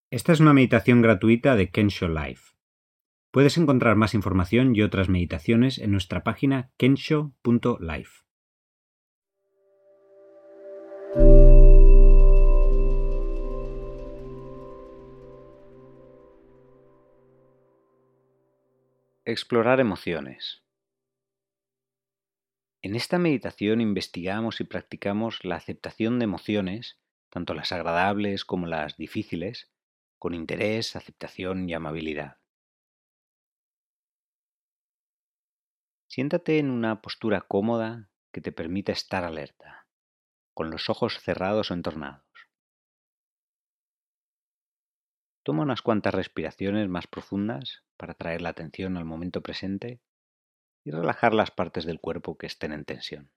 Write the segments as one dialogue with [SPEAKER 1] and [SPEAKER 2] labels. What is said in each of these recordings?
[SPEAKER 1] Esta es una meditación gratuita de Kensho Life. Puedes encontrar más información y otras meditaciones en nuestra página kensho.life. Explorar emociones. En esta meditación investigamos y practicamos la aceptación de emociones, tanto las agradables como las difíciles, con interés, aceptación y amabilidad. Siéntate en una postura cómoda que te permita estar alerta, con los ojos cerrados o entornados. Toma unas cuantas respiraciones más profundas para traer la atención al momento presente y relajar las partes del cuerpo que estén en tensión.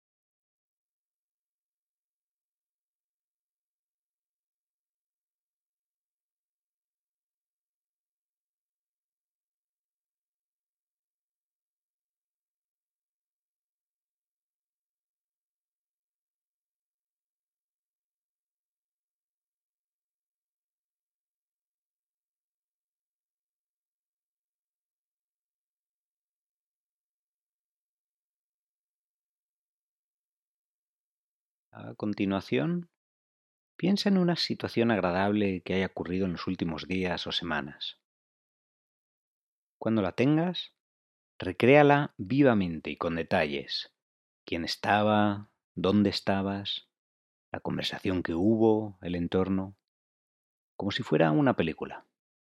[SPEAKER 1] A continuación, piensa en una situación agradable que haya ocurrido en los últimos días o semanas. Cuando la tengas, recréala vivamente y con detalles. ¿Quién estaba? ¿Dónde estabas? La conversación que hubo, el entorno, como si fuera una película.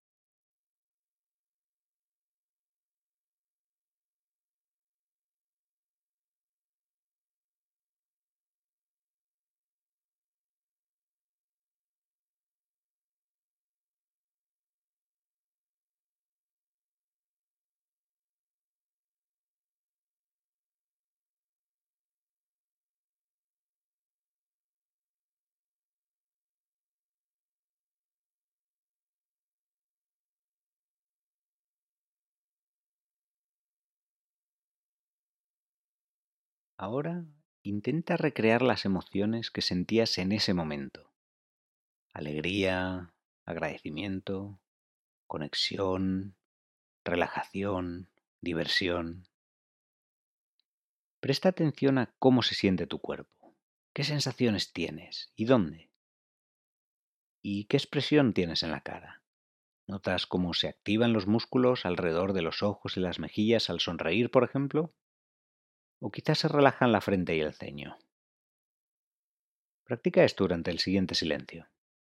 [SPEAKER 1] Ahora intenta recrear las emociones que sentías en ese momento. Alegría, agradecimiento, conexión, relajación, diversión. Presta atención a cómo se siente tu cuerpo, qué sensaciones tienes y dónde, y qué expresión tienes en la cara. ¿Notas cómo se activan los músculos alrededor de los ojos y las mejillas al sonreír, por ejemplo? ¿O quizás se relajan la frente y el ceño? Practica esto durante el siguiente silencio.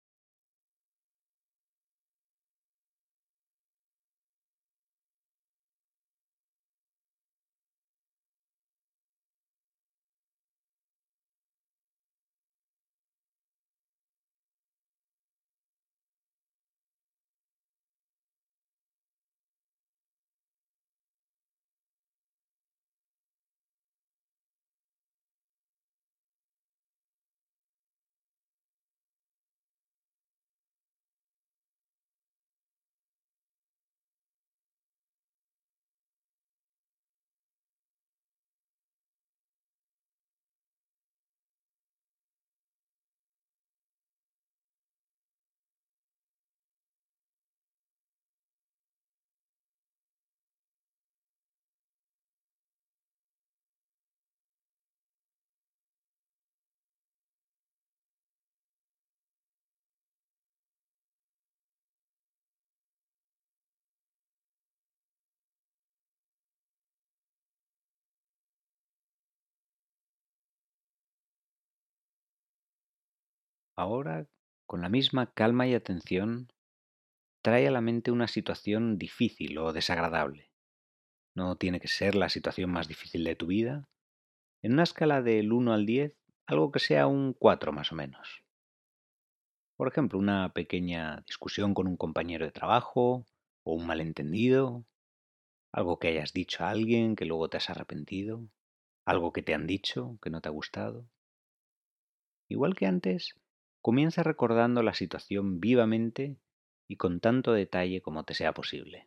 [SPEAKER 1] Ahora, con la misma calma y atención, trae a la mente una situación difícil o desagradable. No tiene que ser la situación más difícil de tu vida. En una escala del 1 al 10, algo que sea un 4 más o menos. Por ejemplo, una pequeña discusión con un compañero de trabajo o un malentendido, algo que hayas dicho a alguien que luego te has arrepentido, algo que te han dicho que no te ha gustado. Igual que antes, comienza recordando la situación vivamente y con tanto detalle como te sea posible.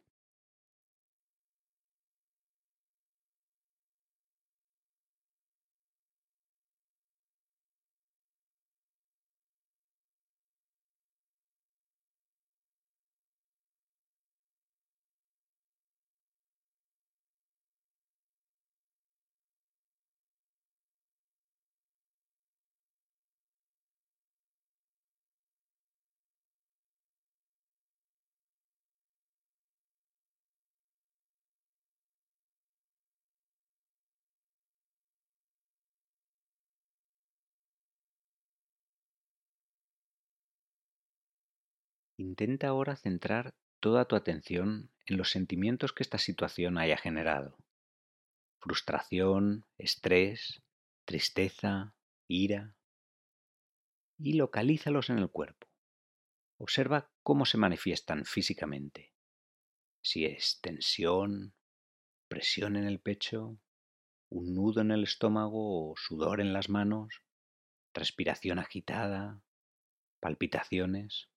[SPEAKER 1] Intenta ahora centrar toda tu atención en los sentimientos que esta situación haya generado. Frustración, estrés, tristeza, ira. Y localízalos en el cuerpo. Observa cómo se manifiestan físicamente. Si es tensión, presión en el pecho, un nudo en el estómago o sudor en las manos, respiración agitada, palpitaciones.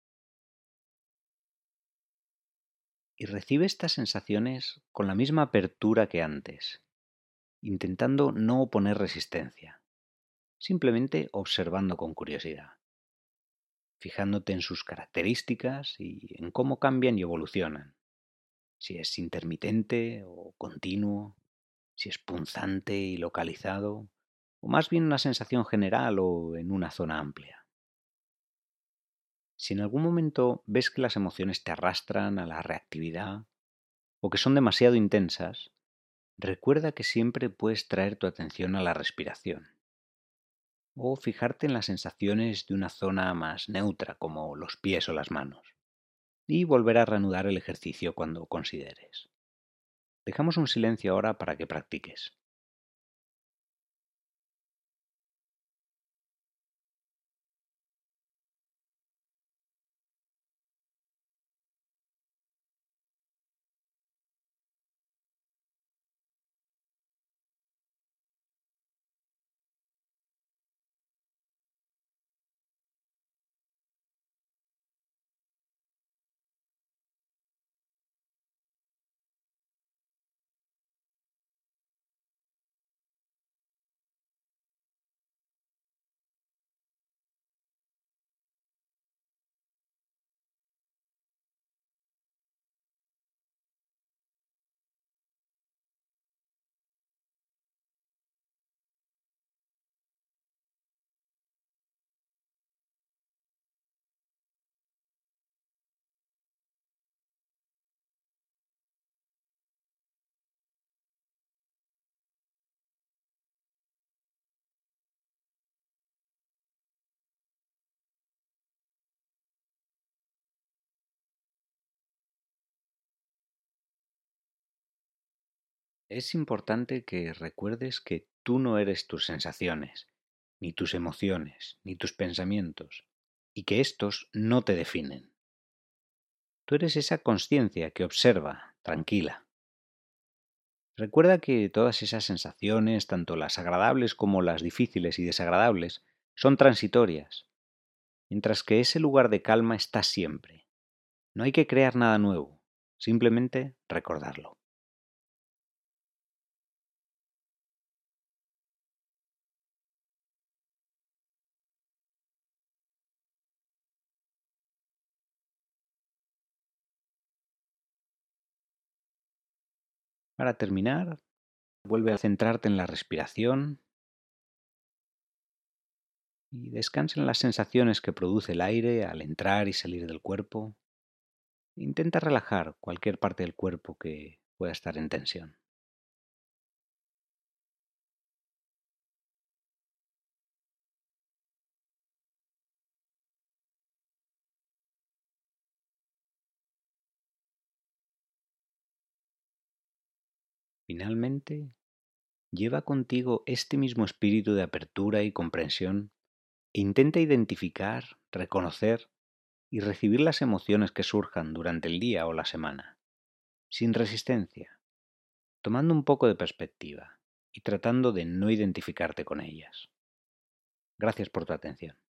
[SPEAKER 1] Y recibe estas sensaciones con la misma apertura que antes, intentando no oponer resistencia, simplemente observando con curiosidad, fijándote en sus características y en cómo cambian y evolucionan, si es intermitente o continuo, si es punzante y localizado, o más bien una sensación general o en una zona amplia. Si en algún momento ves que las emociones te arrastran a la reactividad o que son demasiado intensas, recuerda que siempre puedes traer tu atención a la respiración o fijarte en las sensaciones de una zona más neutra como los pies o las manos y volver a reanudar el ejercicio cuando consideres. Dejamos un silencio ahora para que practiques. Es importante que recuerdes que tú no eres tus sensaciones, ni tus emociones, ni tus pensamientos, y que estos no te definen. Tú eres esa conciencia que observa, tranquila. Recuerda que todas esas sensaciones, tanto las agradables como las difíciles y desagradables, son transitorias, mientras que ese lugar de calma está siempre. No hay que crear nada nuevo, simplemente recordarlo. Para terminar, vuelve a centrarte en la respiración y descansa en las sensaciones que produce el aire al entrar y salir del cuerpo. Intenta relajar cualquier parte del cuerpo que pueda estar en tensión. Finalmente, lleva contigo este mismo espíritu de apertura y comprensión e intenta identificar, reconocer y recibir las emociones que surjan durante el día o la semana, sin resistencia, tomando un poco de perspectiva y tratando de no identificarte con ellas. Gracias por tu atención.